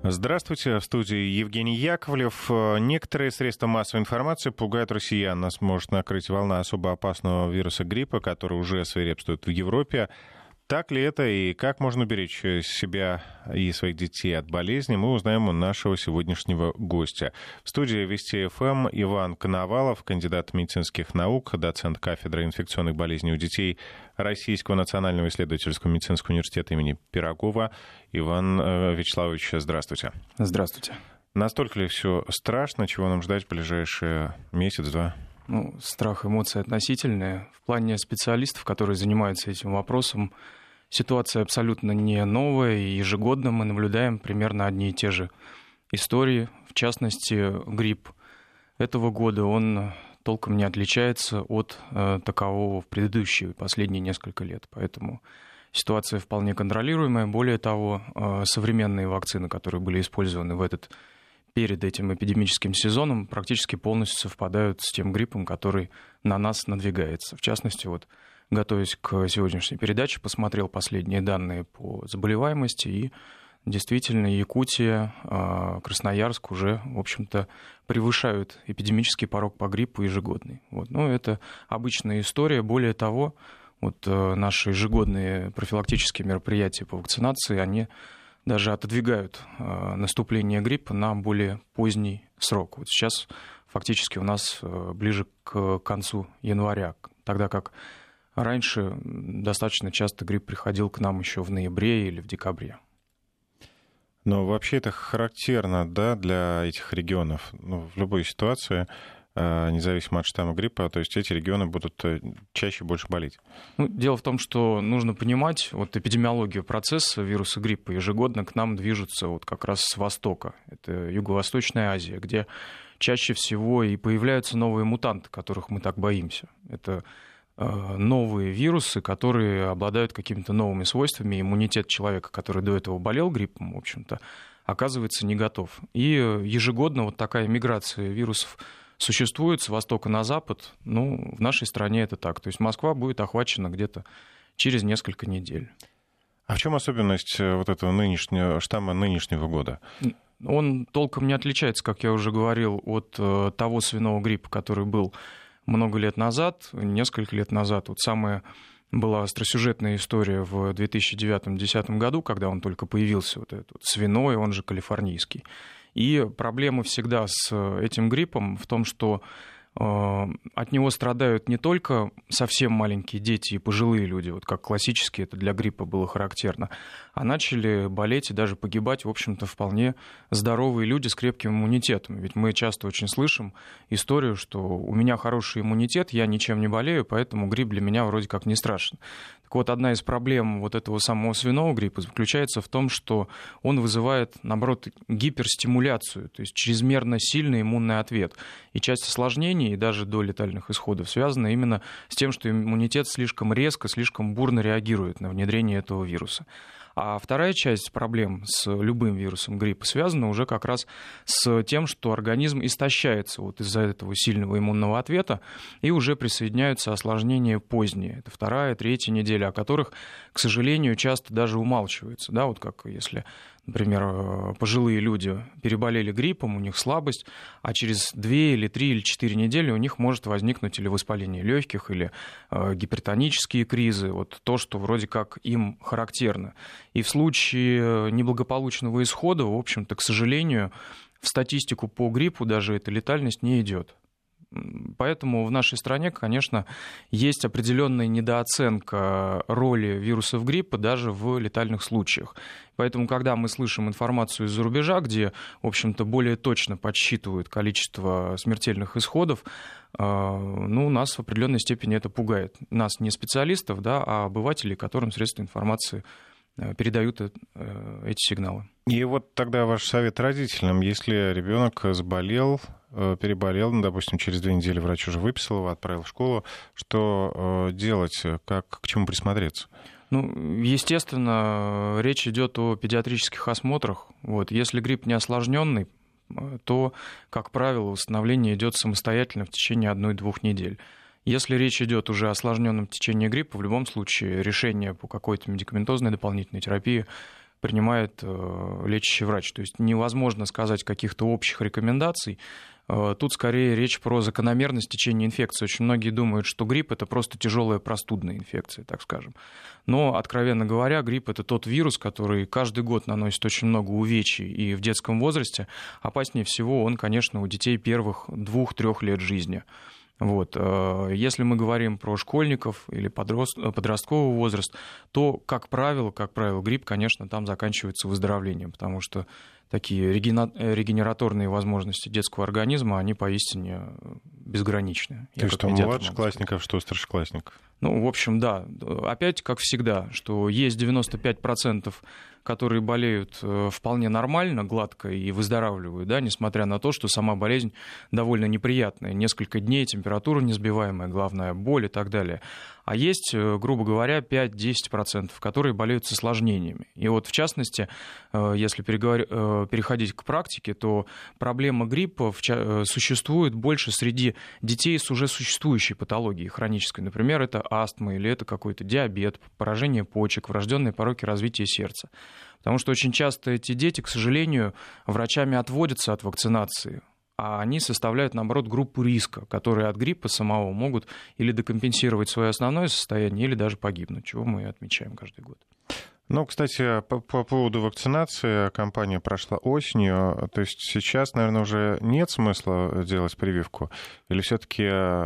Здравствуйте, в студии Евгений Яковлев. Некоторые средства массовой информации пугают россиян. Нас может накрыть волна особо опасного вируса гриппа, который уже свирепствует в Европе. Так ли это и как можно уберечь себя и своих детей от болезни, мы узнаем у нашего сегодняшнего гостя. В студии Вести ФМ Иван Коновалов, кандидат медицинских наук, доцент кафедры инфекционных болезней у детей Российского национального исследовательского медицинского университета имени Пирогова. Иван Вячеславович, здравствуйте. Здравствуйте. Настолько ли все страшно, чего нам ждать в ближайшие месяц-два? Страх, эмоции относительные. В плане специалистов, которые занимаются этим вопросом, ситуация абсолютно не новая, и ежегодно мы наблюдаем примерно одни и те же истории. В частности, грипп этого года, он толком не отличается от такового в предыдущие последние несколько лет. Поэтому ситуация вполне контролируемая. Более того, современные вакцины, которые были использованы перед этим эпидемическим сезоном, практически полностью совпадают с тем гриппом, который на нас надвигается. В частности, готовясь к сегодняшней передаче, посмотрел последние данные по заболеваемости, и действительно Якутия, Красноярск уже, в общем-то, превышают эпидемический порог по гриппу ежегодный. Это обычная история. Более того, наши ежегодные профилактические мероприятия по вакцинации, они даже отодвигают наступление гриппа на более поздний срок. Сейчас фактически у нас ближе к концу января, тогда как раньше достаточно часто грипп приходил к нам еще в ноябре или в декабре. Но вообще это характерно, да, для этих регионов. В любой ситуации, независимо от штамма гриппа, то есть эти регионы будут чаще больше болеть. Дело в том, что нужно понимать эпидемиологию процесса вируса гриппа. Ежегодно к нам движутся как раз с востока. Это Юго-Восточная Азия, где чаще всего и появляются новые мутанты, которых мы так боимся. Это новые вирусы, которые обладают какими-то новыми свойствами. Иммунитет человека, который до этого болел гриппом, в общем-то, оказывается не готов. И ежегодно такая миграция вирусов существует с востока на запад. В нашей стране это так. То есть Москва будет охвачена где-то через несколько недель. А в чем особенность этого штамма нынешнего года? Он толком не отличается, как я уже говорил, от того свиного гриппа, который был много лет назад, несколько лет назад. Самая была остросюжетная история в 2009-2010 году, когда он только появился, этот свиной, он же калифорнийский. И проблема всегда с этим гриппом в том, что от него страдают не только совсем маленькие дети и пожилые люди, как классически это для гриппа было характерно, а начали болеть и даже погибать, в общем-то, вполне здоровые люди с крепким иммунитетом. Ведь мы часто очень слышим историю, что у меня хороший иммунитет, я ничем не болею, поэтому грипп для меня вроде как не страшен. Так одна из проблем этого самого свиного гриппа заключается в том, что он вызывает, наоборот, гиперстимуляцию, то есть чрезмерно сильный иммунный ответ. И часть осложнений, и даже до летальных исходов, связана именно с тем, что иммунитет слишком резко, слишком бурно реагирует на внедрение этого вируса. А вторая часть проблем с любым вирусом гриппа связана уже как раз с тем, что организм истощается из-за этого сильного иммунного ответа, и уже присоединяются осложнения поздние. Это 2-я, 3-я неделя, о которых, к сожалению, часто даже умалчивается. Да, как если, например, пожилые люди переболели гриппом, у них слабость, а через 2 или 3 или 4 недели у них может возникнуть или воспаление легких, или гипертонические кризы, то, что вроде как им характерно. И в случае неблагополучного исхода, в общем-то, к сожалению, в статистику по гриппу даже эта летальность не идет. Поэтому в нашей стране, конечно, есть определенная недооценка роли вирусов гриппа даже в летальных случаях. Поэтому, когда мы слышим информацию из-за рубежа, где, в общем-то, более точно подсчитывают количество смертельных исходов, нас в определенной степени это пугает. Нас, не специалистов, а обывателей, которым средства информации передают эти сигналы. И тогда ваш совет родителям, если ребенок заболел, переболел, допустим, через 2 недели врач уже выписал его, отправил в школу, что делать, к чему присмотреться? Естественно, речь идет о педиатрических осмотрах. Если грипп не осложненный, то, как правило, восстановление идет самостоятельно в течение 1-2 недель. Если речь идет уже о осложненном течении гриппа, в любом случае решение по какой-то медикаментозной дополнительной терапии принимает лечащий врач. То есть невозможно сказать каких-то общих рекомендаций. Тут скорее речь про закономерность течения инфекции. Очень многие думают, что грипп — это просто тяжелая простудная инфекция, так скажем. Но, откровенно говоря, грипп — это тот вирус, который каждый год наносит очень много увечий. И в детском возрасте опаснее всего он, конечно, у детей первых 2-3 лет жизни. Вот. Если мы говорим про школьников или подростковый возраст, то, как правило, грипп, конечно, там заканчивается выздоровлением, потому что такие регенераторные возможности детского организма, они поистине безграничны. То есть что младшеклассников, что старшеклассников? Ну, в общем, да. Опять, как всегда, что есть 95%, которые болеют вполне нормально, гладко и выздоравливают, да, несмотря на то, что сама болезнь довольно неприятная. Несколько дней, температура несбиваемая, главная боль и так далее. А есть, грубо говоря, 5-10%, которые болеют с осложнениями. И вот, в частности, если переходить к практике, то проблема гриппа существует больше среди детей с уже существующей патологией хронической. Например, это астма или это какой-то диабет, поражение почек, врожденные пороки развития сердца. Потому что очень часто эти дети, к сожалению, врачами отводятся от вакцинации, а они составляют, наоборот, группу риска, которые от гриппа самого могут или декомпенсировать свое основное состояние, или даже погибнуть, чего мы отмечаем каждый год. Ну, кстати, по поводу вакцинации, кампания прошла осенью, то есть сейчас, наверное, уже нет смысла делать прививку, или все-таки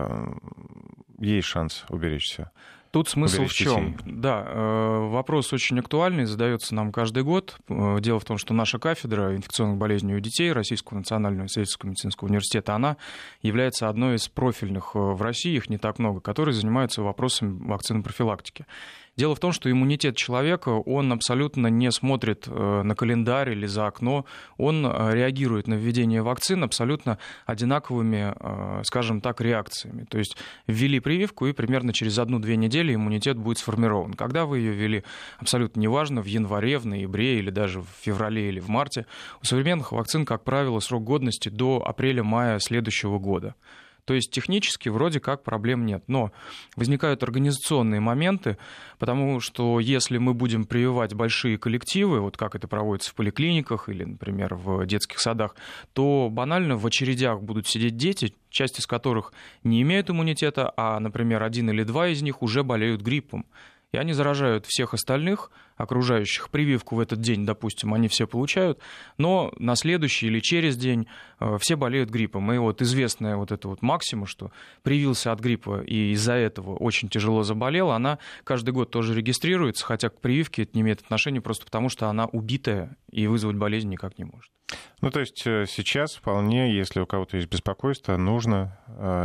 есть шанс уберечься? Тут смысл в чем? Да, вопрос очень актуальный, задается нам каждый год. Дело в том, что наша кафедра инфекционных болезней у детей Российского национального исследовательского медицинского университета, она является одной из профильных в России, их не так много, которые занимаются вопросами вакцинопрофилактики. Дело в том, что иммунитет человека, он абсолютно не смотрит на календарь или за окно, он реагирует на введение вакцин абсолютно одинаковыми, скажем так, реакциями. То есть ввели прививку, и примерно через 1-2 недели иммунитет будет сформирован. Когда вы ее ввели, абсолютно неважно, в январе, в ноябре или даже в феврале или в марте, у современных вакцин, как правило, срок годности до апреля-мая следующего года. То есть технически вроде как проблем нет. Но возникают организационные моменты, потому что если мы будем прививать большие коллективы, вот как это проводится в поликлиниках или, например, в детских садах, то банально в очередях будут сидеть дети, часть из которых не имеют иммунитета, а, например, 1 или 2 из них уже болеют гриппом. И они заражают всех остальных, окружающих. Прививку в этот день, допустим, они все получают, но на следующий или через день все болеют гриппом. И вот известная вот эта вот максима, что привился от гриппа и из-за этого очень тяжело заболел, она каждый год тоже регистрируется, хотя к прививке это не имеет отношения просто потому, что она убитая и вызвать болезнь никак не может. Ну, то есть сейчас вполне, если у кого-то есть беспокойство, можно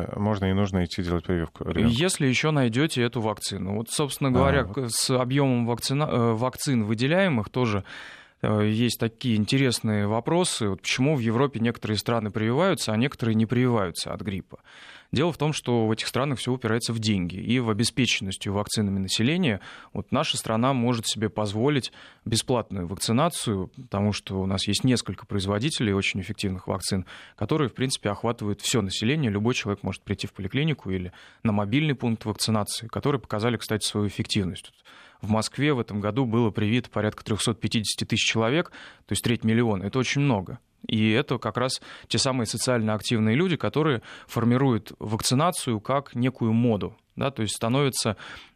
и нужно идти делать прививку ребенку. Если еще найдете эту вакцину. Вот, собственно говоря, с объемом вакцин выделяемых тоже есть такие интересные вопросы. Вот почему в Европе некоторые страны прививаются, а некоторые не прививаются от гриппа. Дело в том, что в этих странах все упирается в деньги и в обеспеченностью вакцинами населения. Вот наша страна может себе позволить бесплатную вакцинацию, потому что у нас есть несколько производителей очень эффективных вакцин, которые, в принципе, охватывают все население. Любой человек может прийти в поликлинику или на мобильный пункт вакцинации, которые показали, кстати, свою эффективность. В Москве в этом году было привито порядка 350 тысяч человек, то есть 3 миллиона. Это очень много. И это как раз те самые социально активные люди, которые формируют вакцинацию как некую моду. Да, то есть становится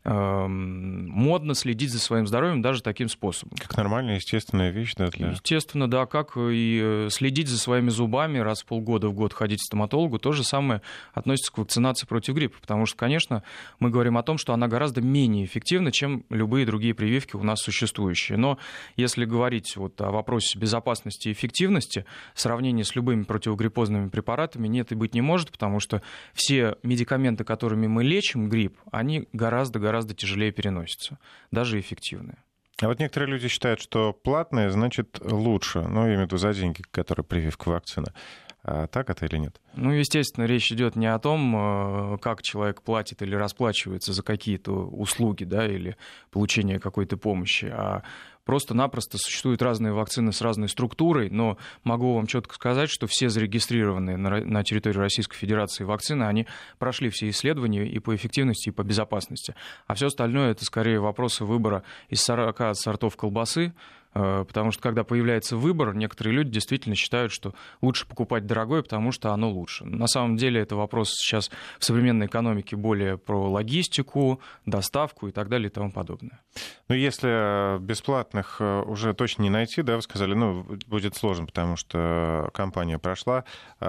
модно следить за своим здоровьем даже таким способом. Как нормальная, естественная вещь, да? Естественно, да, как и следить за своими зубами, раз в полгода в год ходить к стоматологу, то же самое относится к вакцинации против гриппа, потому что, конечно, мы говорим о том, что она гораздо менее эффективна, чем любые другие прививки у нас существующие. Но если говорить вот о вопросе безопасности и эффективности, сравнение с любыми противогриппозными препаратами нет и быть не может, потому что все медикаменты, которыми мы лечим грипп, они гораздо тяжелее переносятся, даже эффективные. А вот некоторые люди считают, что платное значит лучше, ну, я имею в виду за деньги, которые прививка вакцина. А так это или нет? Ну, естественно, речь идет не о том, как человек платит или расплачивается за какие-то услуги, да, или получение какой-то помощи, а просто-напросто существуют разные вакцины с разной структурой, но могу вам четко сказать, что все зарегистрированные на территории Российской Федерации вакцины, они прошли все исследования и по эффективности, и по безопасности. А все остальное — это скорее вопросы выбора из 40 сортов колбасы, Потому что, когда появляется выбор, некоторые люди действительно считают, что лучше покупать дорогое, потому что оно лучше. На самом деле это вопрос сейчас в современной экономике более про логистику, доставку и так далее и тому подобное. Ну, если бесплатных уже точно не найти, да, вы сказали, будет сложно, потому что компания прошла.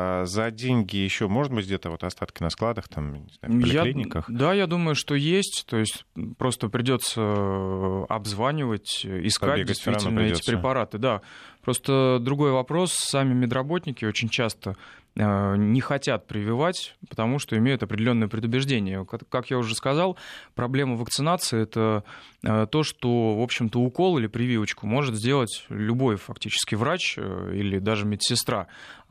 За деньги еще, может быть, где-то вот остатки на складах, там, не знаю, в поликлиниках? Я думаю, что есть. То есть просто придется обзванивать, искать побегать действительно эти препараты. Да. Просто другой вопрос. Сами медработники очень часто не хотят прививать, потому что имеют определенные предубеждения. Как я уже сказал, проблема вакцинации — это то, что, в общем-то, укол или прививочку может сделать любой фактически врач или даже медсестра.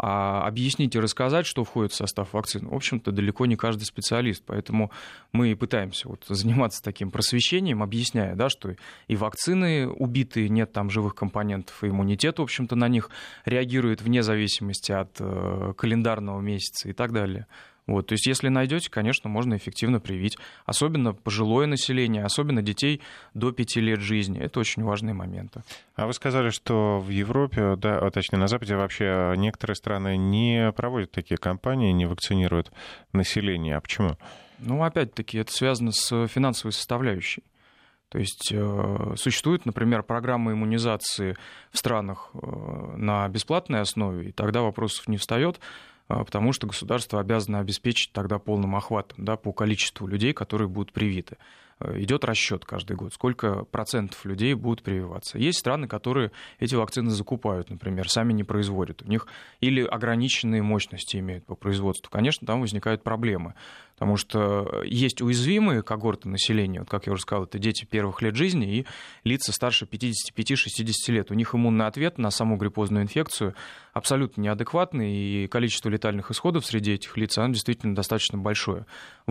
А объяснить и рассказать, что входит в состав вакцины, в общем-то, далеко не каждый специалист. Поэтому мы и пытаемся заниматься таким просвещением, объясняя, да, что и вакцины убитые, нет там живых компонентов, и иммунитет, в общем-то, на них реагирует вне зависимости от календарного месяца и так далее. То есть, если найдете, конечно, можно эффективно привить. Особенно пожилое население, особенно детей до 5 лет жизни. Это очень важные моменты. А вы сказали, что в Европе, да, точнее на Западе вообще некоторые страны не проводят такие кампании, не вакцинируют население. А почему? Опять-таки, это связано с финансовой составляющей. То есть существует, например, программа иммунизации в странах на бесплатной основе, и тогда вопросов не встает, потому что государство обязано обеспечить тогда полным охватом, да, по количеству людей, которые будут привиты. Идет расчет каждый год, сколько процентов людей будут прививаться. Есть страны, которые эти вакцины закупают, например, сами не производят. У них или ограниченные мощности имеют по производству. Конечно, там возникают проблемы, потому что есть уязвимые когорты населения, как я уже сказал, это дети первых лет жизни и лица старше 55-60 лет. У них иммунный ответ на саму гриппозную инфекцию абсолютно неадекватный, и количество летальных исходов среди этих лиц, оно действительно достаточно большое.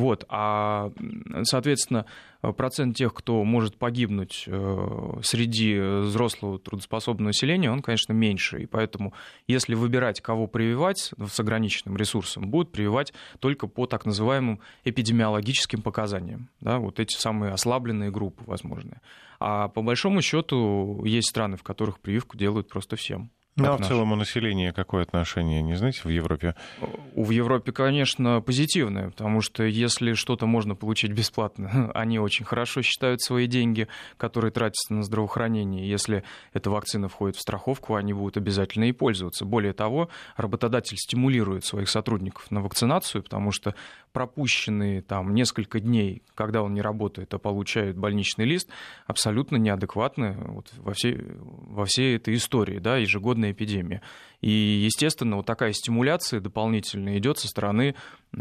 А, соответственно, процент тех, кто может погибнуть среди взрослого трудоспособного населения, он, конечно, меньше. И поэтому, если выбирать, кого прививать с ограниченным ресурсом, будут прививать только по так называемым эпидемиологическим показаниям. Да, эти самые ослабленные группы возможные. А по большому счету есть страны, в которых прививку делают просто всем. А в целом у населения какое отношение, не знаете, в Европе? В Европе, конечно, позитивное, потому что если что-то можно получить бесплатно, они очень хорошо считают свои деньги, которые тратятся на здравоохранение. Если эта вакцина входит в страховку, они будут обязательно и пользоваться. Более того, работодатель стимулирует своих сотрудников на вакцинацию, потому что пропущенные там несколько дней, когда он не работает, а получает больничный лист, абсолютно неадекватны во всей этой истории, да, ежегодной эпидемии. И, естественно, такая стимуляция дополнительная идет со стороны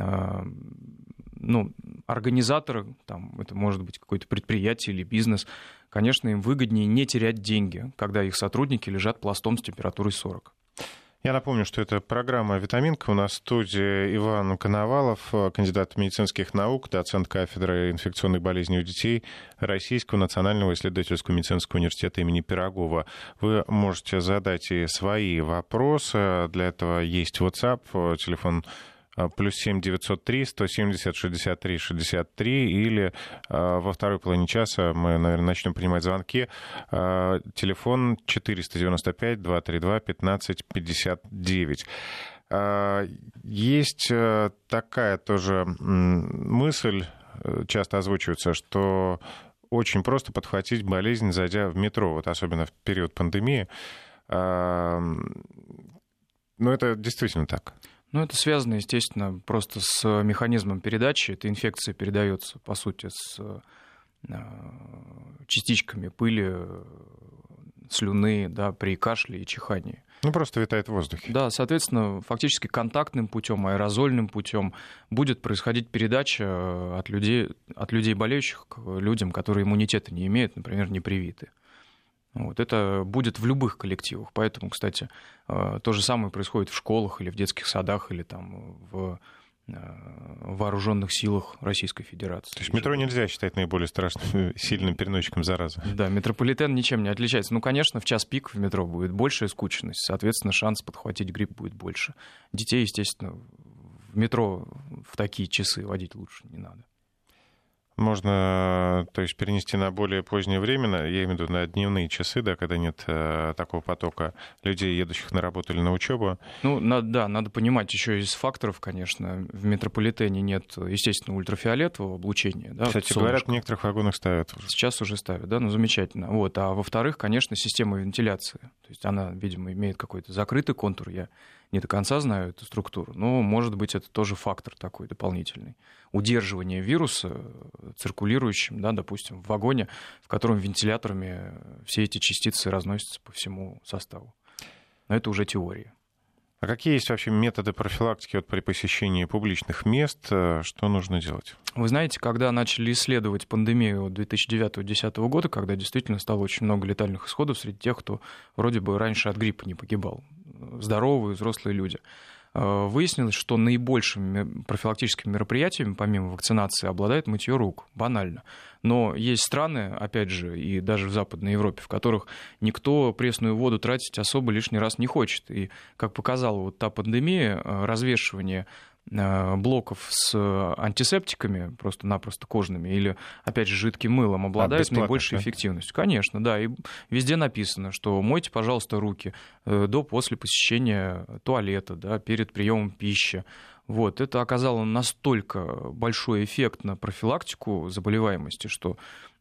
организатора, это может быть какое-то предприятие или бизнес. Конечно, им выгоднее не терять деньги, когда их сотрудники лежат пластом с температурой 40. Я напомню, что это программа «Витаминка». У нас в студии Иван Коновалов, кандидат медицинских наук, доцент кафедры инфекционных болезней у детей Российского национального исследовательского медицинского университета имени Пирогова. Вы можете задать и свои вопросы. Для этого есть WhatsApp, телефон +7 903 170 63 63, или во второй половине часа мы, наверное, начнем принимать звонки. Телефон 495 232 15 59. Есть такая тоже мысль, часто озвучивается, что очень просто подхватить болезнь, зайдя в метро, особенно в период пандемии. Но это действительно так. Это связано, естественно, просто с механизмом передачи. Эта инфекция передается, по сути, с частичками пыли, слюны, да, при кашле и чихании. Просто витает в воздухе. Да, соответственно, фактически контактным путем, аэрозольным путем будет происходить передача от людей болеющих к людям, которые иммунитета не имеют, например, не привиты. Это будет в любых коллективах. Поэтому, кстати, то же самое происходит в школах или в детских садах, или там в вооруженных силах Российской Федерации. То есть метро нельзя считать наиболее страшным, сильным переносчиком заразы? Да, метрополитен ничем не отличается. Конечно, в час пик в метро будет большая скученность, соответственно, шанс подхватить грипп будет больше. Детей, естественно, в метро в такие часы водить лучше не надо. Можно, то есть, перенести на более позднее время, я имею в виду на дневные часы, да, когда нет такого потока людей, едущих на работу или на учебу. Ну, надо понимать еще из факторов, конечно. В метрополитене нет, естественно, ультрафиолетового облучения. Да, Кстати, говорят, в некоторых вагонах ставят. Сейчас уже ставят, да, ну, замечательно. Вот. А во-вторых, конечно, система вентиляции. То есть она, видимо, имеет какой-то закрытый контур, я не до конца знаю эту структуру, но, может быть, это тоже фактор такой дополнительный. Удерживание вируса циркулирующим, да, допустим, в вагоне, в котором вентиляторами все эти частицы разносятся по всему составу. Но это уже теория. А какие есть вообще методы профилактики вот при посещении публичных мест? Что нужно делать? Вы знаете, когда начали исследовать пандемию 2009-2010 года, когда действительно стало очень много летальных исходов среди тех, кто вроде бы раньше от гриппа не погибал, здоровые взрослые люди, выяснилось, что наибольшими профилактическими мероприятиями, помимо вакцинации, обладает мытье рук. Банально. Но есть страны, опять же, и даже в Западной Европе, в которых никто пресную воду тратить особо лишний раз не хочет. И, как показала вот та пандемия, развешивание блоков с антисептиками, просто-напросто кожными, или, опять же, жидким мылом, обладает наибольшей эффективностью. Конечно, да. И везде написано, что мойте, пожалуйста, руки до-после посещения туалета, да, перед приемом пищи. Вот. Это оказало настолько большой эффект на профилактику заболеваемости, что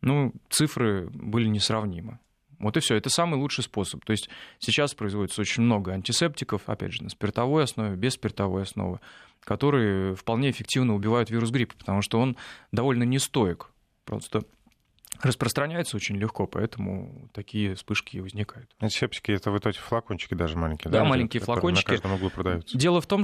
цифры были несравнимы. Вот и все. Это самый лучший способ. То есть сейчас производится очень много антисептиков, опять же, на спиртовой основе, без спиртовой основы, которые вполне эффективно убивают вирус гриппа, потому что он довольно нестоек. Просто распространяется очень легко, поэтому такие вспышки возникают. Антисептики — это вот эти флакончики даже маленькие, да? Да, маленькие флакончики. На каждом углу продаются. Дело в том,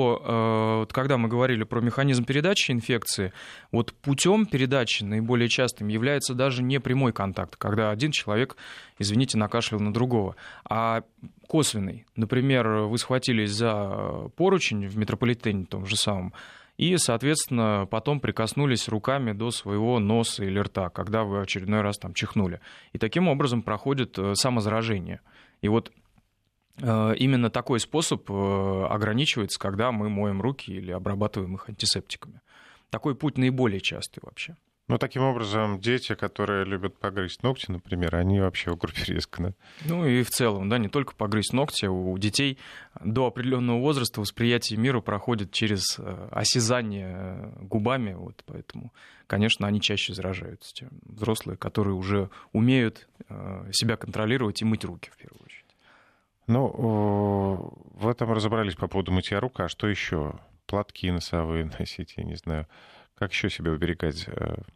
что когда мы говорили про механизм передачи инфекции, вот путем передачи наиболее частым является даже не прямой контакт, когда один человек, извините, накашлял на другого, а косвенный. Например, вы схватились за поручень в метрополитене том же самом, и, соответственно, потом прикоснулись руками до своего носа или рта, когда вы очередной раз там чихнули. И таким образом проходит самозаражение. И вот именно такой способ ограничивается, когда мы моем руки или обрабатываем их антисептиками. Такой путь наиболее частый вообще. Ну, таким образом, дети, которые любят погрызть ногти, например, они вообще в группе риска, да? Ну и в целом, да, не только погрызть ногти, у детей до определенного возраста восприятие мира проходит через осязание губами, вот, поэтому, конечно, они чаще заражаются, чем взрослые, которые уже умеют себя контролировать и мыть руки, в первую очередь. Ну, в этом разобрались по поводу мытья рук, а что еще? Платки носовые носить, я не знаю. Как еще себя уберегать?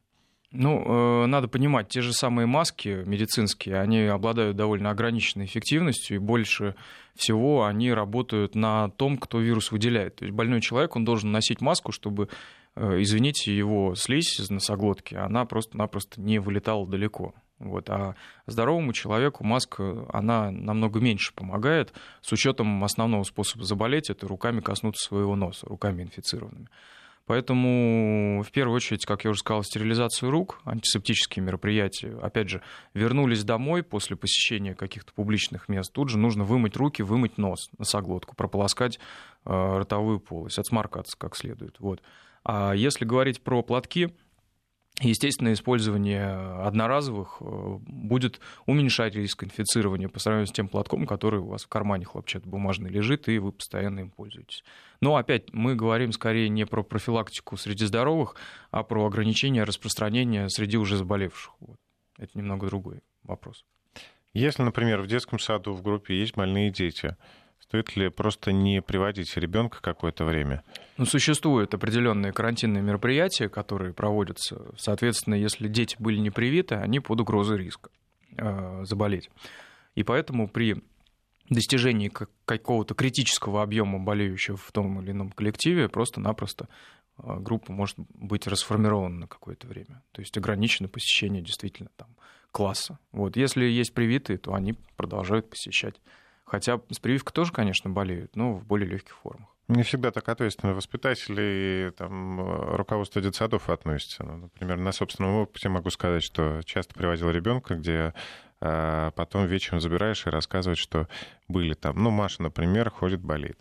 Ну, надо понимать, те же самые маски медицинские, они обладают довольно ограниченной эффективностью, и больше всего они работают на том, кто вирус выделяет. То есть больной человек, он должен носить маску, чтобы, извините, его слизь из носоглотки, она просто-напросто не вылетала далеко. Вот. А здоровому человеку маска, она намного меньше помогает, с учетом основного способа заболеть, это руками коснуться своего носа, руками инфицированными. Поэтому, в первую очередь, как я уже сказал, стерилизацию рук, антисептические мероприятия. Опять же, вернулись домой после посещения каких-то публичных мест, тут же нужно вымыть руки, вымыть нос, носоглотку, прополоскать ротовую полость, отсморкаться как следует. Вот. А если говорить про платки, естественно, использование одноразовых будет уменьшать риск инфицирования по сравнению с тем платком, который у вас в кармане хлопчатобумажный лежит, и вы постоянно им пользуетесь. Но опять мы говорим скорее не про профилактику среди здоровых, а про ограничение распространения среди уже заболевших. Вот. Это немного другой вопрос. Если, например, в детском саду в группе есть больные дети, стоит ли просто не приводить ребенка какое-то время? Ну, существуют определенные карантинные мероприятия, которые проводятся. Соответственно, если дети были не привиты, они под угрозой риска заболеть. И поэтому при достижении какого-то критического объема болеющих в том или ином коллективе просто-напросто группа может быть расформирована на какое-то время. То есть ограничено посещение действительно там класса. Вот. Если есть привитые, то они продолжают посещать. Хотя с прививкой тоже, конечно, болеют, но в более легких формах. Не всегда так ответственно воспитатели и руководство детсадов относятся. Ну, например, на собственном опыте могу сказать, что часто приводил ребенка, где потом вечером забираешь и рассказываешь, что были там. Ну, Маша, например, ходит, болеет.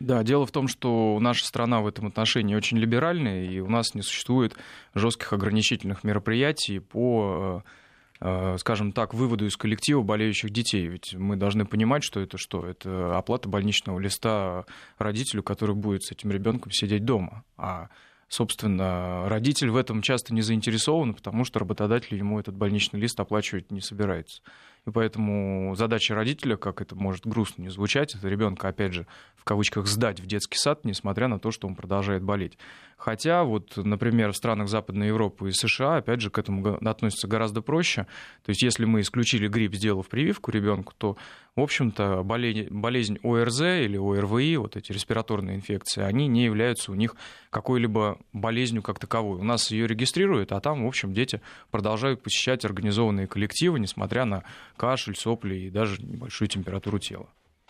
Да, дело в том, что наша страна в этом отношении очень либеральная, и у нас не существует жестких ограничительных мероприятий по, скажем так, выводу из коллектива болеющих детей. Ведь мы должны понимать, что? Это оплата больничного листа родителю, который будет с этим ребенком сидеть дома. А, собственно, родитель в этом часто не заинтересован, потому что работодатель ему этот больничный лист оплачивать не собирается. И поэтому задача родителя, как это может грустно не звучать, это ребенка, опять же, в кавычках, сдать в детский сад, несмотря на то, что он продолжает болеть. Хотя, вот, например, в странах Западной Европы и США, опять же, к этому относятся гораздо проще. То есть, если мы исключили грипп, сделав прививку ребенку, то, в общем-то, болезнь ОРЗ или ОРВИ, вот эти респираторные инфекции, они не являются у них какой-либо болезнью как таковой. У нас ее регистрируют, а там, в общем, дети продолжают посещать организованные коллективы, несмотря на кашель, сопли и даже небольшую температуру тела.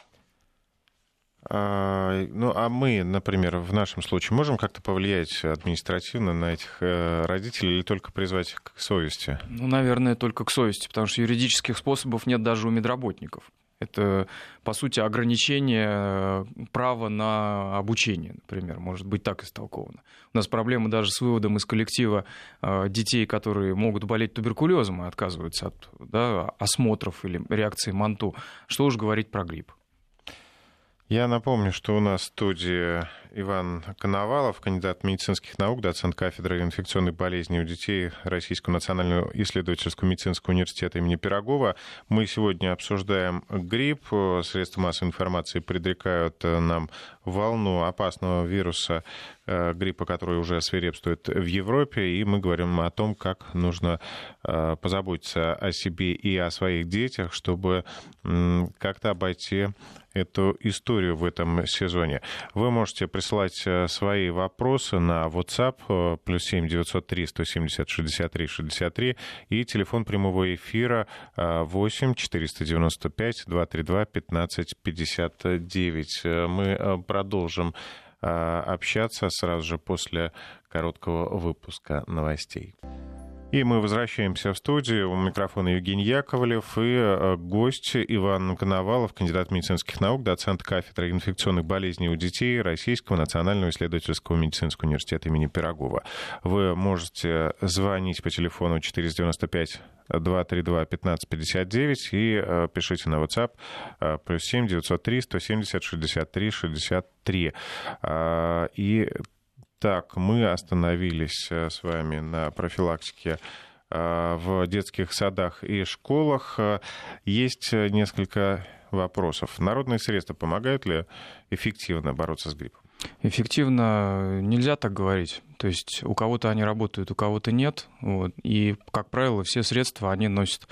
Ну, а мы, например, в нашем случае можем как-то повлиять административно на этих родителей или только призвать к совести? Ну, наверное, только к совести, потому что юридических способов нет даже у медработников. Это, по сути, ограничение права на обучение, например, может быть так истолковано. У нас проблема даже с выводом из коллектива детей, которые могут болеть туберкулезом и отказываются от осмотров или реакции МАНТУ. Что уж говорить про грипп. Я напомню, что у нас в студии Иван Коновалов, кандидат медицинских наук, доцент кафедры инфекционных болезней у детей Российского национального исследовательского медицинского университета имени Пирогова. Мы сегодня обсуждаем грипп. Средства массовой информации предрекают нам волну опасного вируса гриппа, который уже свирепствует в Европе, и мы говорим о том, как нужно позаботиться о себе и о своих детях, чтобы как-то обойти эту историю в этом сезоне. Вы можете присылать свои вопросы на WhatsApp +7 903 170 63 63 и телефон прямого эфира 8 495 232 15 59. Мы продолжим общаться сразу же после короткого выпуска новостей. И мы возвращаемся в студию. У микрофона Евгений Яковлев и гость Иван Коновалов, кандидат медицинских наук, доцент кафедры инфекционных болезней у детей Российского национального исследовательского медицинского университета имени Пирогова. Вы можете звонить по телефону 495 232 1559 и пишите на WhatsApp +7 903 170 63 63. И так, мы остановились с вами на профилактике в детских садах и школах. Есть несколько вопросов. Народные средства помогают ли эффективно бороться с гриппом? Эффективно нельзя так говорить. То есть у кого-то они работают, у кого-то нет. Вот. И, как правило, все средства, они носят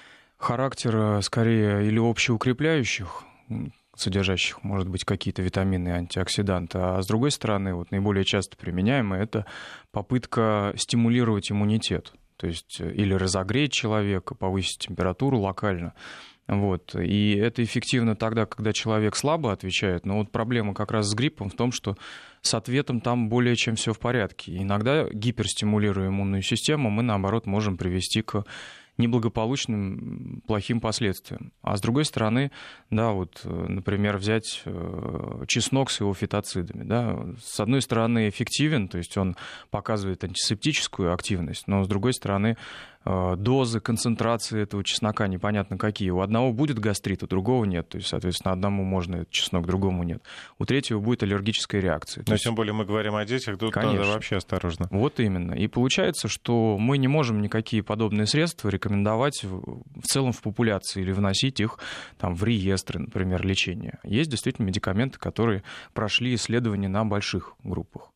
характер скорее или общеукрепляющих, содержащих, может быть, какие-то витамины и антиоксиданты. А с другой стороны, вот наиболее часто применяемое — это попытка стимулировать иммунитет. То есть или разогреть человека, повысить температуру локально. Вот. И это эффективно тогда, когда человек слабо отвечает. Но вот проблема как раз с гриппом в том, что с ответом там более чем все в порядке. И иногда, гиперстимулируя иммунную систему, мы, наоборот, можем привести к неблагополучным, плохим последствиям. А с другой стороны, да, вот, например, взять чеснок с его фитоцидами. Да, с одной стороны, эффективен, то есть он показывает антисептическую активность, но с другой стороны, дозы, концентрации этого чеснока непонятно какие. У одного будет гастрит, у другого нет. То есть, соответственно, одному можно этот чеснок, другому нет. У третьего будет аллергическая реакция. Но тем более мы говорим о детях, тут конечно, надо вообще осторожно. Вот именно. И получается, что мы не можем никакие подобные средства рекомендовать в целом в популяции или вносить их там, в реестры, например, лечения. Есть действительно медикаменты, которые прошли исследования на больших группах.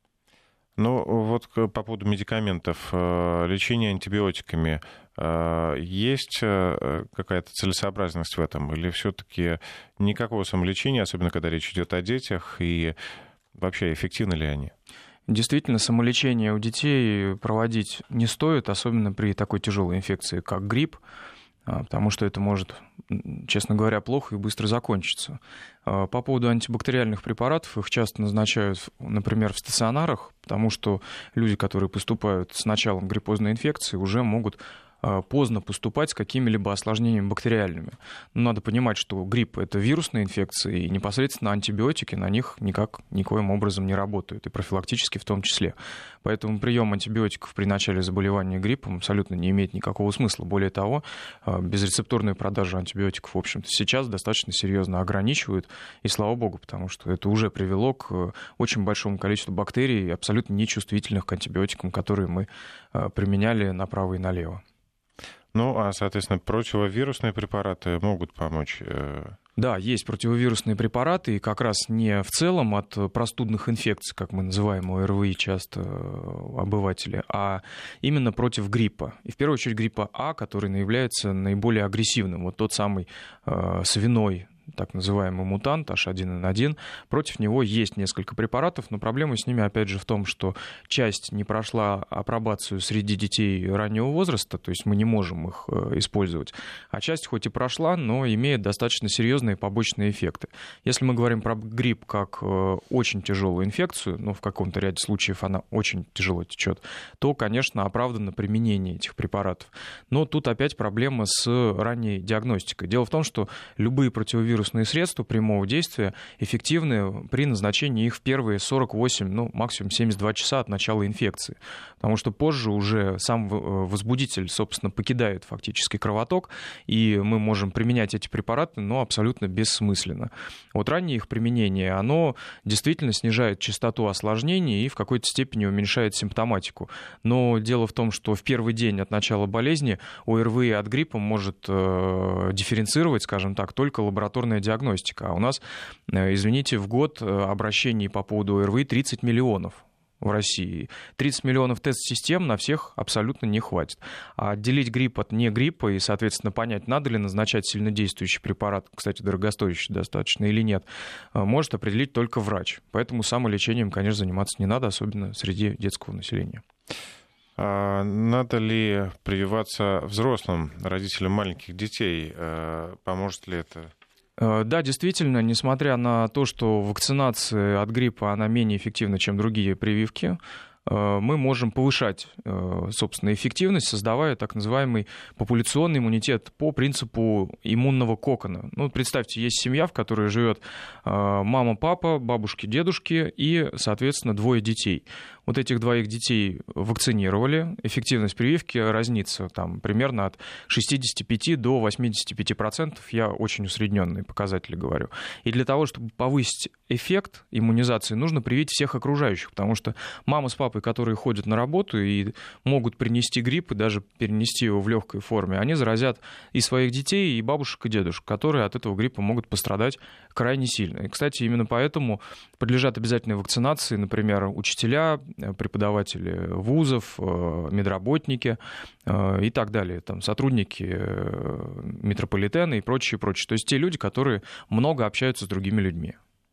Ну, вот по поводу медикаментов. Лечение антибиотиками. Есть какая-то целесообразность в этом? Или все-таки никакого самолечения, особенно когда речь идет о детях, и вообще эффективны ли они? Действительно, самолечение у детей проводить не стоит, особенно при такой тяжелой инфекции, как грипп, потому что это может, честно говоря, плохо и быстро закончиться. По поводу антибактериальных препаратов, их часто назначают, например, в стационарах, потому что люди, которые поступают с началом гриппозной инфекции, уже могут поздно поступать с какими-либо осложнениями бактериальными. Но надо понимать, что грипп — это вирусная инфекция, и непосредственно антибиотики на них никоим образом не работают, и профилактически в том числе. Поэтому прием антибиотиков при начале заболевания гриппом абсолютно не имеет никакого смысла. Более того, безрецептурные продажи антибиотиков, в общем-то, сейчас достаточно серьезно ограничивают, и слава богу, потому что это уже привело к очень большому количеству бактерий, абсолютно нечувствительных к антибиотикам, которые мы применяли направо и налево. Ну, а, соответственно, противовирусные препараты могут помочь? Да, есть противовирусные препараты, и как раз не в целом от простудных инфекций, как мы называем ОРВИ часто обыватели, а именно против гриппа. И в первую очередь гриппа А, который является наиболее агрессивным. Вот тот самый свиной, так называемый мутант H1N1, против него есть несколько препаратов, но проблема с ними, опять же, в том, что часть не прошла апробацию среди детей раннего возраста, то есть мы не можем их использовать, а часть хоть и прошла, но имеет достаточно серьезные побочные эффекты. Если мы говорим про грипп как очень тяжелую инфекцию, но в каком-то ряде случаев она очень тяжело течет, то, конечно, оправдано применение этих препаратов. Но тут опять проблема с ранней диагностикой. Дело в том, что любые противовирусные средства прямого действия эффективны при назначении их в первые 48, максимум 72 часа от начала инфекции. Потому что позже уже сам возбудитель, собственно, покидает фактически кровоток, и мы можем применять эти препараты, но абсолютно бессмысленно. Вот раннее их применение, оно действительно снижает частоту осложнений и в какой-то степени уменьшает симптоматику. Но дело в том, что в первый день от начала болезни ОРВИ от гриппа может дифференцировать, скажем так, только лабораторная диагностика. А у нас, извините, в год обращений по поводу ОРВИ 30 миллионов в России. 30 миллионов тест-систем на всех абсолютно не хватит. А отделить грипп от негриппа и, соответственно, понять, надо ли назначать сильнодействующий препарат, кстати, дорогостоящий достаточно или нет, может определить только врач. Поэтому самолечением, конечно, заниматься не надо, особенно среди детского населения. Надо ли прививаться взрослым, родителям маленьких детей? Поможет ли это? Да, действительно, несмотря на то, что вакцинация от гриппа, она менее эффективна, чем другие прививки, мы можем повышать, собственно, эффективность, создавая так называемый популяционный иммунитет по принципу иммунного кокона. Представьте, есть семья, в которой живет мама, папа, бабушки, дедушки и, соответственно, двое детей. Вот этих двоих детей вакцинировали, эффективность прививки разнится примерно от 65 до 85%, я очень усредненные показатели говорю. И для того, чтобы повысить эффект иммунизации, нужно привить всех окружающих, потому что мама с папой, которые ходят на работу и могут принести грипп и даже перенести его в легкой форме, они заразят и своих детей, и бабушек, и дедушек, которые от этого гриппа могут пострадать крайне сильно. И, кстати, именно поэтому подлежат обязательной вакцинации, например, учителя, преподаватели вузов, медработники и так далее, сотрудники метрополитена и прочее, прочее. То есть те люди, которые много общаются с другими людьми.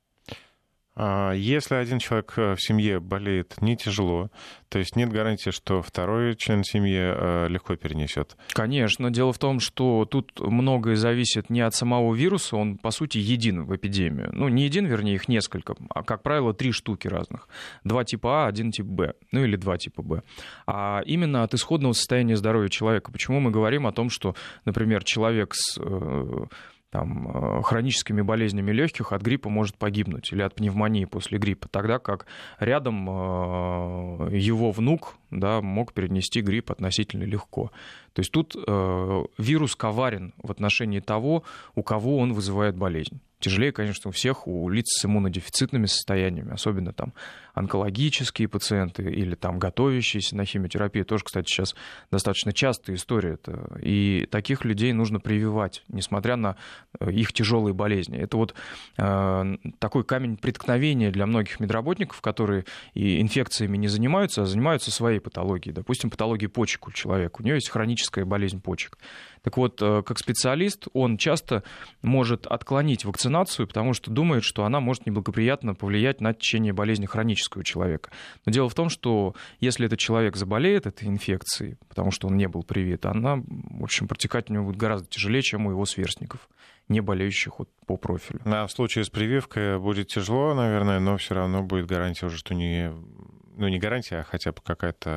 Если один человек в семье болеет не тяжело, то есть нет гарантии, что второй член семьи легко перенесет? Конечно. Дело в том, что тут многое зависит не от самого вируса, он, по сути, един в эпидемию. Не един, вернее, их несколько, а, как правило, 3 штуки разных. 2 типа А, 1 тип Б, или 2 типа Б. А именно от исходного состояния здоровья человека. Почему мы говорим о том, что, например, человек с хроническими болезнями легких от гриппа может погибнуть или от пневмонии после гриппа, тогда как рядом его внук мог перенести грипп относительно легко. То есть тут вирус коварен в отношении того, у кого он вызывает болезнь. Тяжелее, конечно, у всех, у лиц с иммунодефицитными состояниями, особенно онкологические пациенты или готовящиеся на химиотерапию. Тоже, кстати, сейчас достаточно частая история. И таких людей нужно прививать, несмотря на их тяжелые болезни. Это такой камень преткновения для многих медработников, которые и инфекциями не занимаются, а занимаются своей патологией. Допустим, патологией почек у человека. У него есть хроническая болезнь почек. Так вот, как специалист, он часто может отклонить вакцинацию, потому что думает, что она может неблагоприятно повлиять на течение болезни хронической у человека. Но дело в том, что если этот человек заболеет этой инфекцией, потому что он не был привит, она, в общем, протекать у него будет гораздо тяжелее, чем у его сверстников, не болеющих по профилю. В случае с прививкой будет тяжело, наверное, но все равно будет гарантия уже, что не гарантия, а хотя бы какая-то...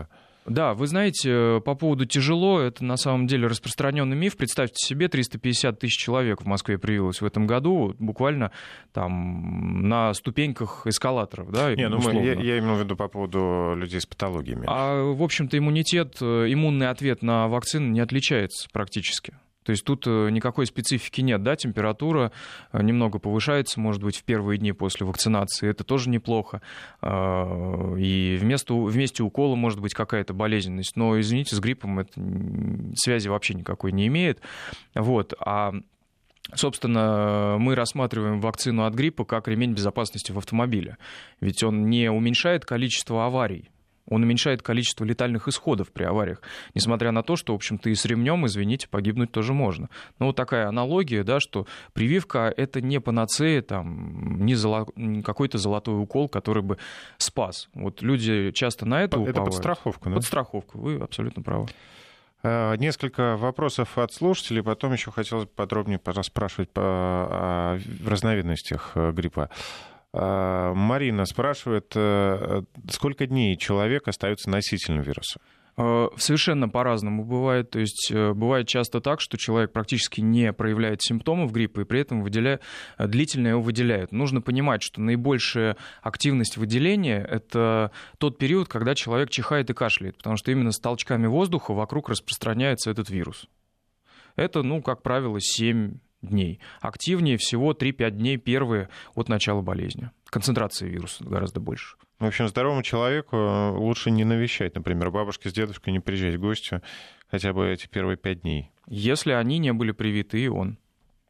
Да, вы знаете, по поводу тяжело, это на самом деле распространенный миф. Представьте себе, 350 тысяч человек в Москве привилось в этом году, буквально там на ступеньках эскалаторов. Да, я имел в виду по поводу людей с патологиями. В общем-то, иммунный ответ на вакцины не отличается практически. То есть тут никакой специфики нет, да, температура немного повышается, может быть, в первые дни после вакцинации, это тоже неплохо, и вместе укола может быть какая-то болезненность, но, извините, с гриппом это связи вообще никакой не имеет, вот, собственно, мы рассматриваем вакцину от гриппа как ремень безопасности в автомобиле, ведь он не уменьшает количество аварий, он уменьшает количество летальных исходов при авариях, несмотря на то, что, в общем-то, и с ремнем, извините, погибнуть тоже можно. Но вот такая аналогия, да, что прививка — это не панацея, там, не какой-то золотой укол, который бы спас. Вот люди часто на это уповают. Это подстраховка, да? Подстраховка, вы абсолютно правы. Несколько вопросов от слушателей, потом еще хотелось бы подробнее расспрашивать о разновидностях гриппа. Марина спрашивает, сколько дней человек остается носителем вируса? Совершенно по-разному бывает. То есть бывает часто так, что человек практически не проявляет симптомов гриппа и при этом длительно его выделяют. Нужно понимать, что наибольшая активность выделения — это тот период, когда человек чихает и кашляет, потому что именно с толчками воздуха вокруг распространяется этот вирус. Это, как правило, 7 дней. Активнее всего 3-5 дней первые от начала болезни. Концентрация вируса гораздо больше. В общем, здоровому человеку лучше не навещать, например, бабушке с дедушкой не приезжать в гости хотя бы эти первые 5 дней. Если они не были привиты, и он.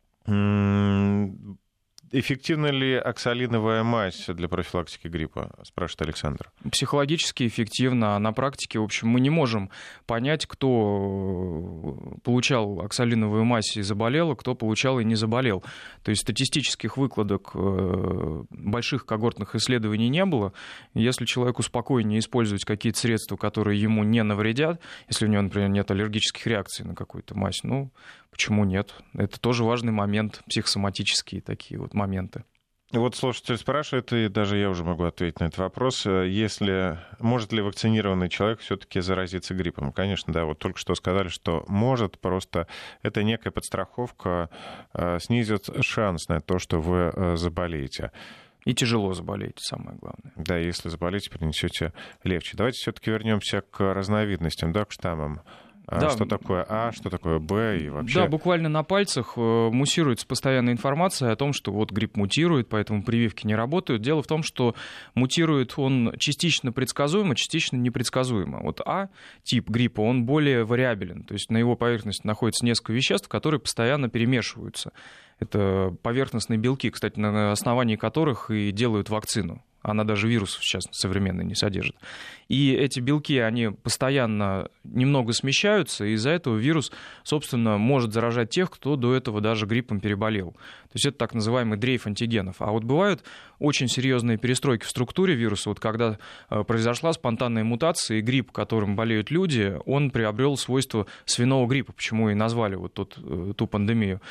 Эффективна ли оксалиновая мазь для профилактики гриппа, спрашивает Александр. Психологически эффективно, а на практике, в общем, мы не можем понять, кто получал оксалиновую мазь и заболел, а кто получал и не заболел. То есть статистических выкладок больших когортных исследований не было. Если человеку спокойнее использовать какие-то средства, которые ему не навредят, если у него, например, нет аллергических реакций на какую-то мазь, почему нет? Это тоже важный момент, психосоматические такие вот моменты. Вот слушатель спрашивает, и даже я уже могу ответить на этот вопрос, может ли вакцинированный человек все-таки заразиться гриппом? Конечно, да, вот только что сказали, что может, просто это некая подстраховка, снизит шанс на то, что вы заболеете. И тяжело заболеете, самое главное. Да, если заболеете, перенесете легче. Давайте все-таки вернемся к разновидностям, да, к штаммам. Да. Что такое А, что такое Б и вообще... Да, буквально на пальцах муссируется постоянная информация о том, что вот грипп мутирует, поэтому прививки не работают. Дело в том, что мутирует он частично предсказуемо, частично непредсказуемо. Вот А, тип гриппа, он более вариабелен, то есть на его поверхности находится несколько веществ, которые постоянно перемешиваются. Это поверхностные белки, кстати, на основании которых и делают вакцину. Она даже вирусов сейчас современные не содержит. И эти белки, они постоянно немного смещаются, и из-за этого вирус, собственно, может заражать тех, кто до этого даже гриппом переболел. То есть это так называемый дрейф антигенов. А вот бывают очень серьезные перестройки в структуре вируса. Вот когда произошла спонтанная мутация, и грипп, которым болеют люди, он приобрел свойства свиного гриппа, почему и назвали вот ту пандемию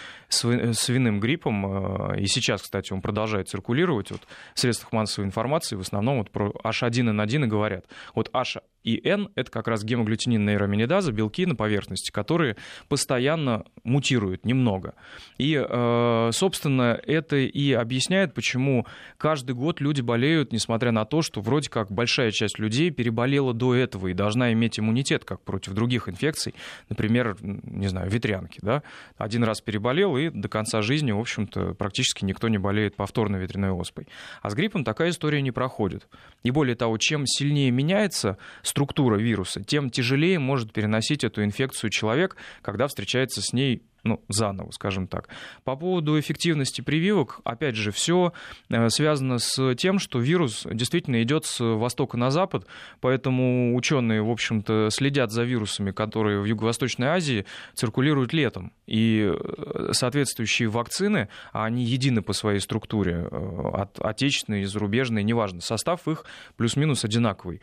свиным гриппом. И сейчас, кстати, он продолжает циркулировать вот в средствах массовой информации, в основном вот про H1N1 и говорят. Вот H и N — это как раз гемоглютинин нейроаминидаза, белки на поверхности, которые постоянно мутируют немного. И, собственно, это и объясняет, почему каждый год люди болеют, несмотря на то, что вроде как большая часть людей переболела до этого и должна иметь иммунитет, как против других инфекций, например, не знаю, ветрянки, да? Один раз переболел, и до конца жизни, в общем-то, практически никто не болеет повторной ветряной оспой. А с гриппом такая история не проходит. И более того, чем сильнее меняется структура вируса, тем тяжелее может переносить эту инфекцию человек, когда встречается с ней заново, скажем так. По поводу эффективности прививок, опять же, все связано с тем, что вирус действительно идет с востока на запад, поэтому ученые, в общем-то, следят за вирусами, которые в Юго-Восточной Азии циркулируют летом. И соответствующие вакцины, а они едины по своей структуре, отечественные, зарубежные, неважно, состав их плюс-минус одинаковый.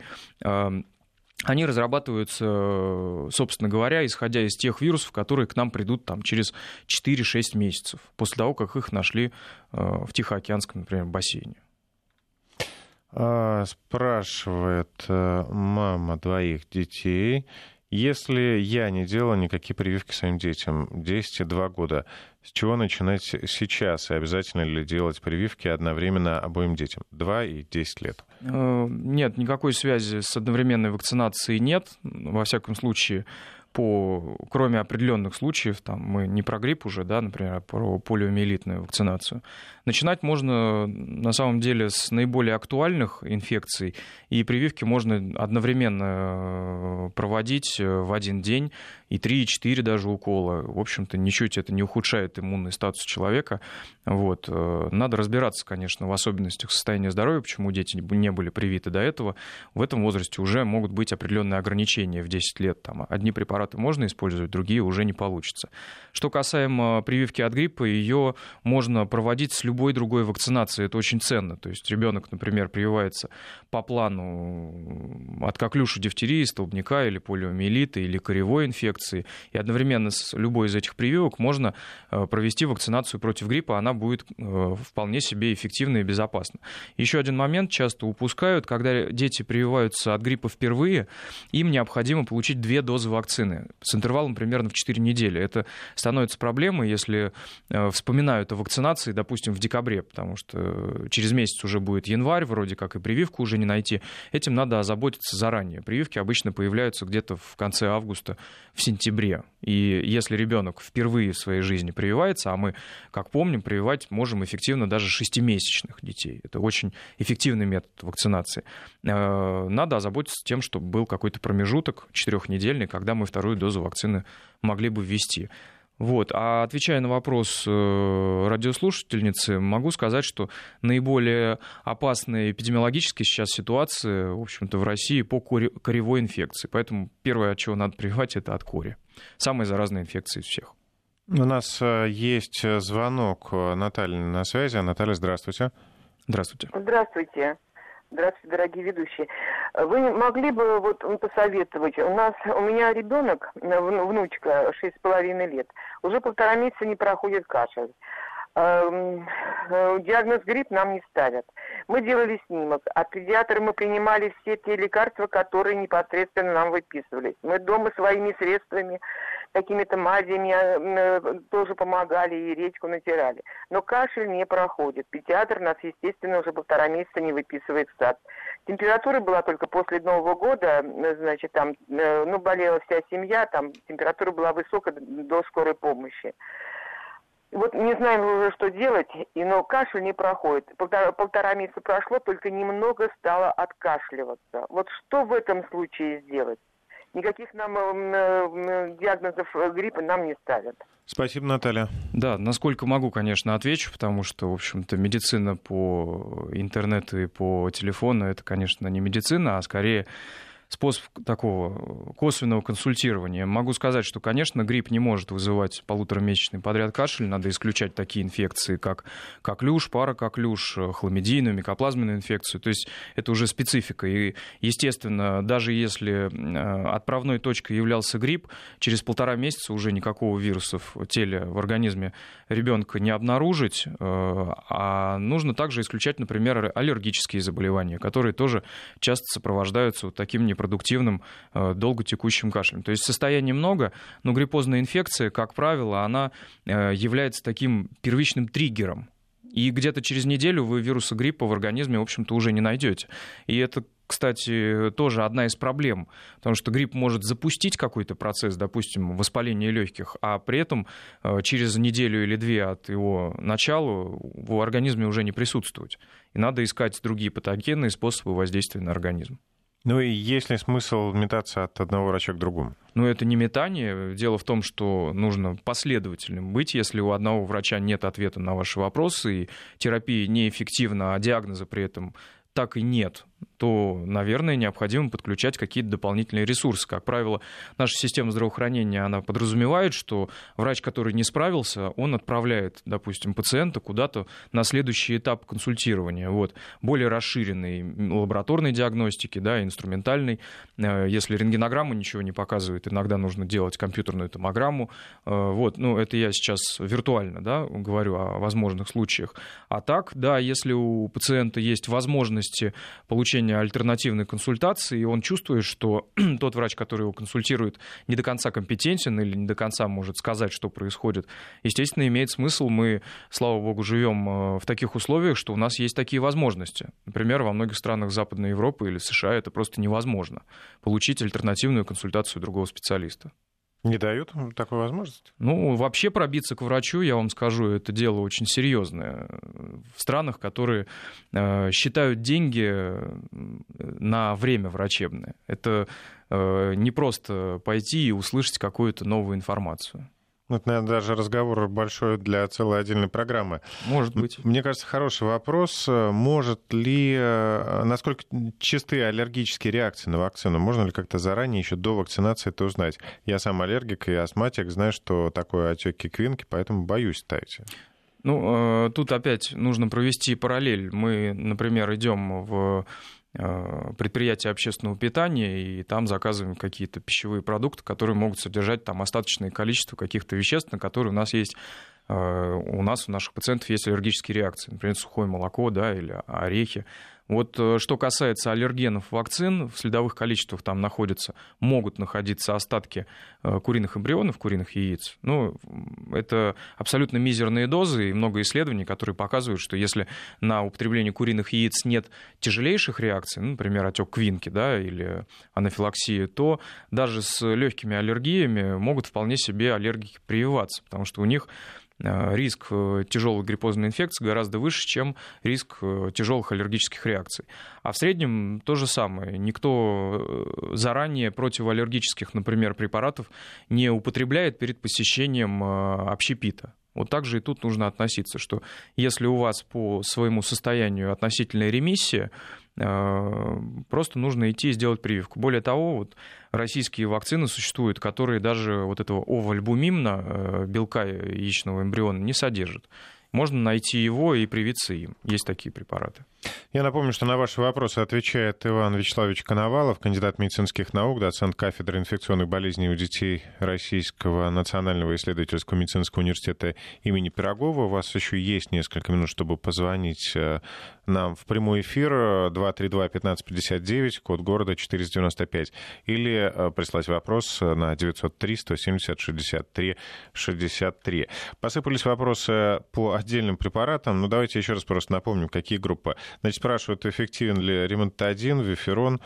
Они разрабатываются, собственно говоря, исходя из тех вирусов, которые к нам придут через 4-6 месяцев, после того, как их нашли в Тихоокеанском, например, бассейне. Спрашивает мама двоих детей. Если я не делал никакие прививки своим детям, 10 и 2 года, с чего начинать сейчас? И обязательно ли делать прививки одновременно обоим детям? 2 и 10 лет. Нет, никакой связи с одновременной вакцинацией нет. Во всяком случае, кроме определенных случаев, там, мы не про грипп уже, да, например, а про полиомиелитную вакцинацию. Начинать можно, на самом деле, с наиболее актуальных инфекций, и прививки можно одновременно проводить в один день, и 3, и 4 даже укола. В общем-то, ничуть это не ухудшает иммунный статус человека. Вот. Надо разбираться, конечно, в особенностях состояния здоровья, почему дети не были привиты до этого. В этом возрасте уже могут быть определенные ограничения в 10 лет. Там, одни препараты можно использовать, другие уже не получится. Что касаемо прививки от гриппа, ее можно проводить с любой другой вакцинацией. Это очень ценно. То есть ребенок, например, прививается по плану от коклюша, дифтерии, столбняка или полиомиелита или коревой инфекции, и одновременно с любой из этих прививок можно провести вакцинацию против гриппа, она будет вполне себе эффективна и безопасна. Еще один момент часто упускают, когда дети прививаются от гриппа впервые, им необходимо получить 2 дозы вакцины с интервалом примерно в 4 недели. Это становится проблемой, если вспоминают о вакцинации, допустим, в декабре, потому что через месяц уже будет январь, вроде как и прививку уже не найти. Этим надо озаботиться заранее. Прививки обычно появляются где-то в конце августа, в сентябре. И если ребенок впервые в своей жизни прививается, а мы, как помним, прививать можем эффективно даже 6-месячных детей. Это очень эффективный метод вакцинации. Надо озаботиться тем, чтобы был какой-то промежуток 4-недельный, когда мы 2-ю дозу вакцины могли бы ввести. Вот. А отвечая на вопрос радиослушательницы, могу сказать, что наиболее опасная эпидемиологически сейчас ситуация, в общем-то, в России по коревой инфекции. Поэтому первое, от чего надо прививать, это от кори. Самая заразная инфекция из всех. У нас есть звонок. Наталья на связи. Наталья, здравствуйте. Здравствуйте. Здравствуйте. Здравствуйте, дорогие ведущие. Вы могли бы посоветовать? У меня ребенок, внучка, 6,5 лет, уже 1,5 месяца не проходит кашель. Диагноз грипп нам не ставят. Мы делали снимок. От педиатра мы принимали все те лекарства, которые непосредственно нам выписывались. Мы дома своими средствами, какими-то мазями тоже помогали и речку натирали. Но кашель не проходит. Педиатр нас, естественно, уже 1,5 месяца не выписывает в сад. Температура была только после Нового года, значит, там, болела вся семья, там температура была высокая до скорой помощи. Вот не знаем уже, что делать, но кашель не проходит. 1,5 месяца прошло, только немного стало откашливаться. Вот что в этом случае сделать? Никаких нам диагнозов гриппа нам не ставят. Спасибо, Наталья. Да, насколько могу, конечно, отвечу, потому что, в общем-то, медицина по интернету и по телефону — это, конечно, не медицина, а скорее способ такого косвенного консультирования. Могу сказать, что, конечно, грипп не может вызывать 1,5-месячный подряд кашель. Надо исключать такие инфекции, как коклюш, паракоклюш, хламидийную, микоплазменную инфекцию. То есть это уже специфика. И, естественно, даже если отправной точкой являлся грипп, через 1,5 месяца уже никакого вируса в теле, в организме ребенка не обнаружить. А нужно также исключать, например, аллергические заболевания, которые тоже часто сопровождаются вот таким непродуктивным, долготекущим кашлем. То есть состояний много, но гриппозная инфекция, как правило, она является таким первичным триггером. И где-то через неделю вы вируса гриппа в организме, в общем-то, уже не найдете. И это, кстати, тоже одна из проблем, потому что грипп может запустить какой-то процесс, допустим, воспаления легких, а при этом через неделю или 2 от его начала в организме уже не присутствовать. И надо искать другие патогенные способы воздействия на организм. Ну и есть ли смысл метаться от одного врача к другому? Ну, это не метание. Дело в том, что нужно последовательным быть. Если у одного врача нет ответа на ваши вопросы, и терапия неэффективна, а диагноза при этом так и нет, то, наверное, необходимо подключать какие-то дополнительные ресурсы. Как правило, наша система здравоохранения, она подразумевает, что врач, который не справился, он отправляет, допустим, пациента куда-то на следующий этап консультирования. Вот. Более расширенной лабораторной диагностики, да, инструментальной. Если рентгенограмма ничего не показывает, иногда нужно делать компьютерную томограмму. Вот. Ну, это я сейчас виртуально, да, говорю о возможных случаях. А так, да, если у пациента есть возможности получения альтернативной консультации, и он чувствует, что тот врач, который его консультирует, не до конца компетентен или не до конца может сказать, что происходит, естественно, имеет смысл. Мы, слава богу, живем в таких условиях, что у нас есть такие возможности. Например, во многих странах Западной Европы или США это просто невозможно получить альтернативную консультацию другого специалиста. Не дают такой возможности? Ну, вообще пробиться к врачу, я вам скажу, это дело очень серьезное. В странах, которые считают деньги на время врачебное. Это не просто пойти и услышать какую-то новую информацию. Это, наверное, даже разговор большой для целой отдельной программы. Может быть. Мне кажется, хороший вопрос. Может ли, насколько чисты аллергические реакции на вакцину? Можно ли как-то заранее, еще до вакцинации, это узнать? Я сам аллергик и астматик, знаю, что такое отеки квинки, поэтому боюсь ставить. Ну, тут опять нужно провести параллель. Мы, например, идем в предприятия общественного питания, и там заказываем какие-то пищевые продукты, которые могут содержать там остаточное количество каких-то веществ, на которые у наших пациентов есть аллергические реакции, например, сухое молоко, да, или орехи. Вот что касается аллергенов вакцин, в следовых количествах там могут находиться остатки куриных эмбрионов, куриных яиц. Ну, это абсолютно мизерные дозы, и много исследований, которые показывают, что если на употребление куриных яиц нет тяжелейших реакций, ну, например, отек квинки, да, или анафилаксия, то даже с легкими аллергиями могут вполне себе аллергики прививаться, потому что у них риск тяжелой гриппозной инфекции гораздо выше, чем риск тяжелых аллергических реакций. А в среднем то же самое. Никто заранее противоаллергических, например, препаратов не употребляет перед посещением общепита. Вот так же и тут нужно относиться, что если у вас по своему состоянию относительная ремиссия, просто нужно идти и сделать прививку. Более того, вот российские вакцины существуют, которые даже вот этого овальбумина, белка яичного эмбриона, не содержат. Можно найти его и привиться им. Есть такие препараты. Я напомню, что на ваши вопросы отвечает Иван Вячеславович Коновалов, кандидат медицинских наук, доцент кафедры инфекционных болезней у детей Российского национального исследовательского медицинского университета имени Пирогова. У вас еще есть несколько минут, чтобы позвонить нам в прямой эфир 232-1559, код города 495, или прислать вопрос на 903-170-63-63. Посыпались вопросы по отдельным препаратам. Ну, давайте еще раз просто напомним, какие группы. Значит, спрашивают, эффективен ли ремонтадин, виферон.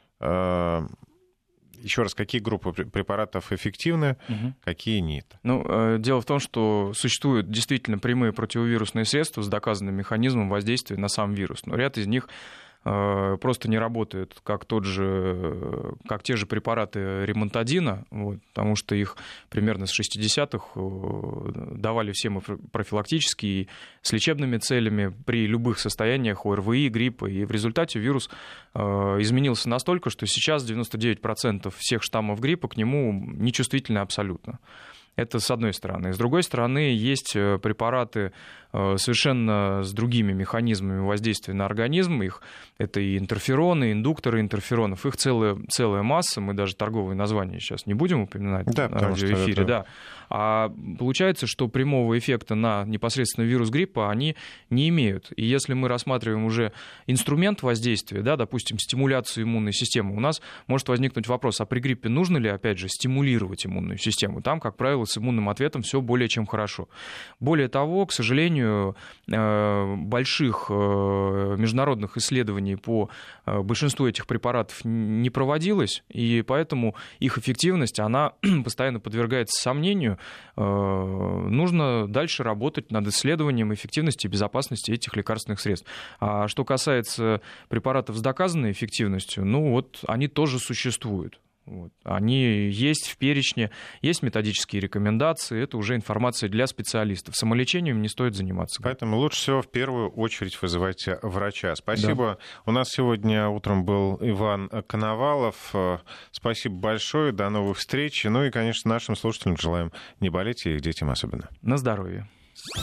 Еще раз, какие группы препаратов эффективны, какие нет? Ну, дело в том, что существуют действительно прямые противовирусные средства с доказанным механизмом воздействия на сам вирус. Но ряд из них просто не работают, как те же препараты ремонтадина, вот, потому что их примерно с 60-х давали всем профилактически и с лечебными целями при любых состояниях ОРВИ, гриппа, и в результате вирус изменился настолько, что сейчас 99% всех штаммов гриппа к нему нечувствительны абсолютно. Это с одной стороны. С другой стороны, есть препараты совершенно с другими механизмами воздействия на организм. Это и интерфероны, индукторы интерферонов. Их целая масса. Мы даже торговые названия сейчас не будем упоминать на радиоэфире. Да. А получается, что прямого эффекта на непосредственно вирус гриппа они не имеют. И если мы рассматриваем уже инструмент воздействия, да, допустим, стимуляцию иммунной системы, у нас может возникнуть вопрос, а при гриппе нужно ли, опять же, стимулировать иммунную систему? Там, как правило, с иммунным ответом все более чем хорошо. Более того, к сожалению, больших международных исследований по большинству этих препаратов не проводилось, и поэтому их эффективность, она постоянно подвергается сомнению. Нужно дальше работать над исследованием эффективности и безопасности этих лекарственных средств. А что касается препаратов с доказанной эффективностью, ну вот они тоже существуют. Вот. Они есть в перечне, есть методические рекомендации, это уже информация для специалистов. Самолечением не стоит заниматься. Поэтому лучше всего в первую очередь вызывать врача. Спасибо. Да. У нас сегодня утром был Иван Коновалов. Спасибо большое, до новых встреч. Ну и, конечно, нашим слушателям желаем не болеть, и их детям особенно. На здоровье.